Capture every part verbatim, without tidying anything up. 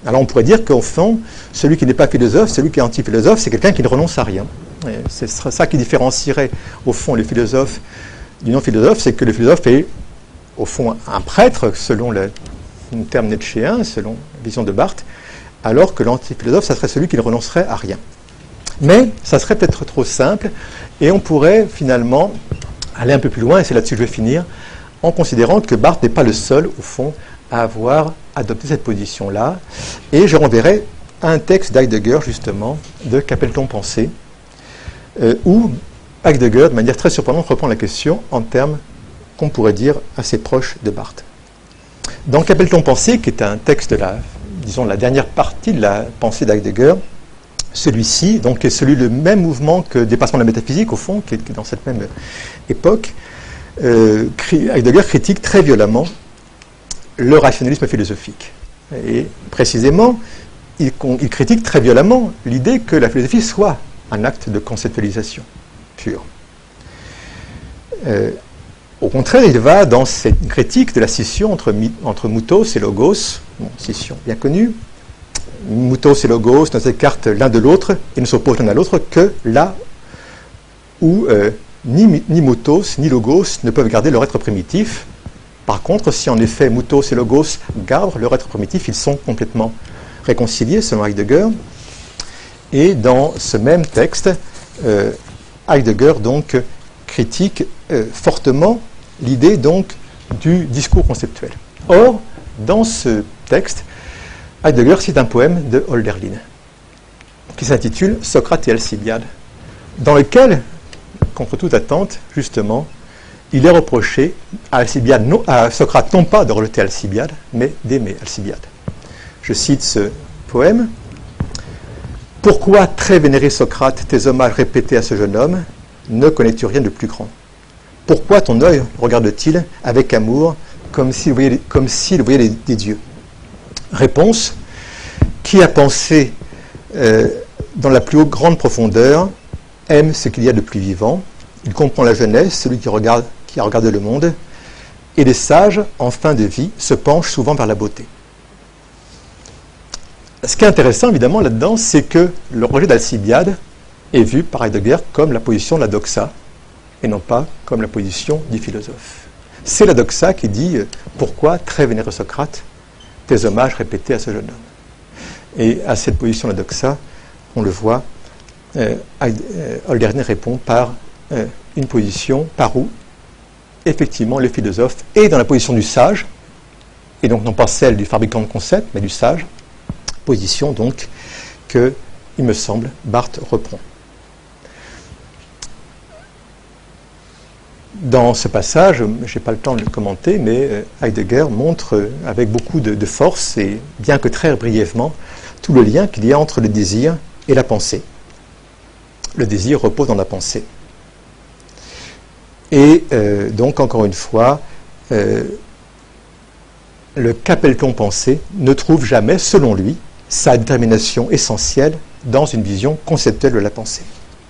Alors on pourrait dire qu'au fond, celui qui n'est pas philosophe, celui qui est anti-philosophe, c'est quelqu'un qui ne renonce à rien. Et c'est ça qui différencierait au fond les philosophes du non-philosophe, c'est que le philosophe est au fond un prêtre, selon le, le terme nietzschéen, selon la vision de Barthes, alors que l'anti-philosophe, ça serait celui qui ne renoncerait à rien. Mais ça serait peut-être trop simple, et on pourrait finalement aller un peu plus loin, et c'est là-dessus que je vais finir, en considérant que Barthes n'est pas le seul, au fond, à avoir adopté cette position-là. Et je renverrai un texte d'Heidegger, justement, de Qu'appelle-t-on penser, euh, où Heidegger, de manière très surprenante, reprend la question en termes qu'on pourrait dire assez proches de Barthes. Dans Qu'appelle-t-on penser, qui est un texte de la, disons, la dernière partie de la pensée d'Heidegger, celui-ci, donc, est celui le même mouvement que Dépassement de la métaphysique, au fond, qui est, qui est dans cette même époque. Euh, Heidegger critique très violemment le rationalisme philosophique. Et précisément, il, il critique très violemment l'idée que la philosophie soit un acte de conceptualisation pure. Euh, au contraire, il va dans cette critique de la scission entre, entre mutos et logos, bon, scission bien connue. Mutos et logos ne s'écartent l'un de l'autre et ne s'opposent l'un à l'autre que là où euh, ni, ni mutos ni logos ne peuvent garder leur être primitif. Par contre, si en effet mutos et logos gardent leur être primitif, ils sont complètement réconciliés selon Heidegger. Et dans ce même texte, euh, Heidegger donc critique euh, fortement l'idée donc du discours conceptuel. Or, dans ce texte, Heidegger cite un poème de Hölderlin qui s'intitule « Socrate et Alcibiade », dans lequel, contre toute attente, justement, il est reproché à, Alcibiade, non, à Socrate non pas de rejeter Alcibiade, mais d'aimer Alcibiade. Je cite ce poème. « Pourquoi, très vénéré Socrate, tes hommages répétés à ce jeune homme, ne connais-tu rien de plus grand? Pourquoi ton œil regarde-t-il avec amour, comme s'il voyait, comme s'il voyait des, des dieux ?» Réponse. Qui a pensé euh, dans la plus haute grande profondeur aime ce qu'il y a de plus vivant. Il comprend la jeunesse, celui qui, regarde, qui a regardé le monde. Et les sages, en fin de vie, se penchent souvent vers la beauté. Ce qui est intéressant, évidemment, là-dedans, c'est que le rejet d'Alcibiade est vu par Heidegger comme la position de la doxa, et non pas comme la position du philosophe. C'est la doxa qui dit « Pourquoi, très vénéré Socrate, tes hommages répétés à ce jeune homme ?» Et à cette position de la doxa, on le voit, euh, Hölderlin répond par euh, une position par où, effectivement, le philosophe est dans la position du sage, et donc non pas celle du fabricant de concepts, mais du sage, position donc que, il me semble, Barthes reprend. Dans ce passage, je n'ai pas le temps de le commenter, mais Heidegger montre avec beaucoup de, de force, et bien que très brièvement, tout le lien qu'il y a entre le désir et la pensée. Le désir repose dans la pensée. Et euh, donc, encore une fois, euh, le qu'appelle-t-on penser ne trouve jamais, selon lui, sa détermination essentielle dans une vision conceptuelle de la pensée.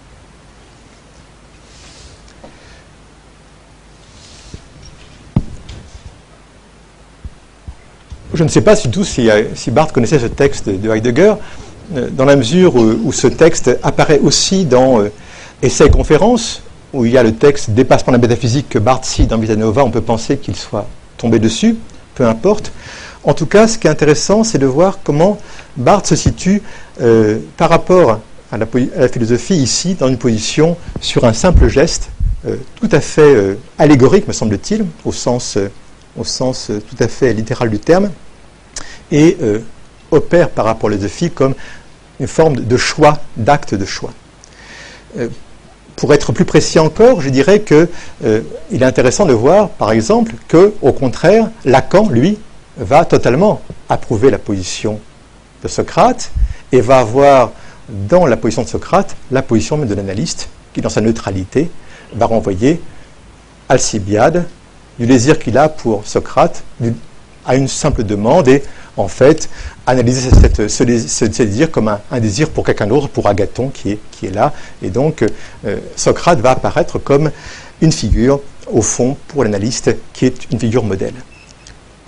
Je ne sais pas du tout si, si Barthes connaissait ce texte de Heidegger, dans la mesure où, où ce texte apparaît aussi dans euh, Essais et conférences, où il y a le texte Dépassement de la métaphysique que Barthes cite dans Vita Nova. On peut penser qu'il soit tombé dessus, peu importe. En tout cas, ce qui est intéressant, c'est de voir comment Barthes se situe euh, par rapport à la, à la philosophie ici, dans une position sur un simple geste, euh, tout à fait euh, allégorique, me semble-t-il, au sens... Euh, au sens tout à fait littéral du terme, et euh, opère par rapport à la philosophie comme une forme de choix, d'acte de choix. Euh, pour être plus précis encore, je dirais qu'il euh, est intéressant de voir, par exemple, qu'au contraire, Lacan, lui, va totalement approuver la position de Socrate et va avoir dans la position de Socrate la position même de l'analyste qui, dans sa neutralité, va renvoyer Alcibiade du désir qu'il a pour Socrate, du, à une simple demande, et en fait, analyser cette, ce, ce, ce désir comme un, un désir pour quelqu'un d'autre, pour Agathon qui est, qui est là, et donc euh, Socrate va apparaître comme une figure, au fond, pour l'analyste, qui est une figure modèle.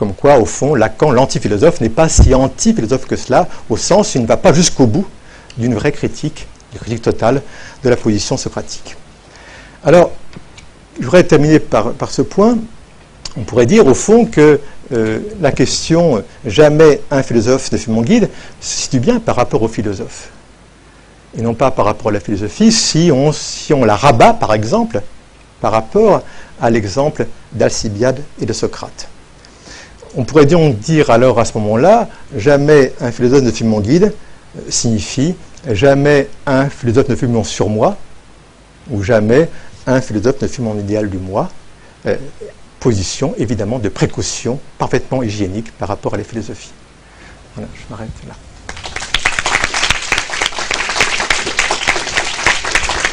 comme quoi, au fond, Lacan, l'antiphilosophe, n'est pas si anti-philosophe que cela, au sens où il ne va pas jusqu'au bout d'une vraie critique, une critique totale de la position socratique. Alors, je voudrais terminer par, par ce point. On pourrait dire, au fond, que euh, la question « jamais un philosophe ne fut mon guide » se situe bien par rapport au philosophe, et non pas par rapport à la philosophie, si on, si on la rabat, par exemple, par rapport à l'exemple d'Alcibiade et de Socrate. On pourrait donc dire alors à ce moment-là, jamais un philosophe ne fut mon guide, euh, signifie jamais un philosophe ne fut mon surmoi, ou jamais un philosophe ne fut mon idéal du moi. Euh, position, évidemment, de précaution parfaitement hygiénique par rapport à la philosophie. Voilà, je m'arrête là.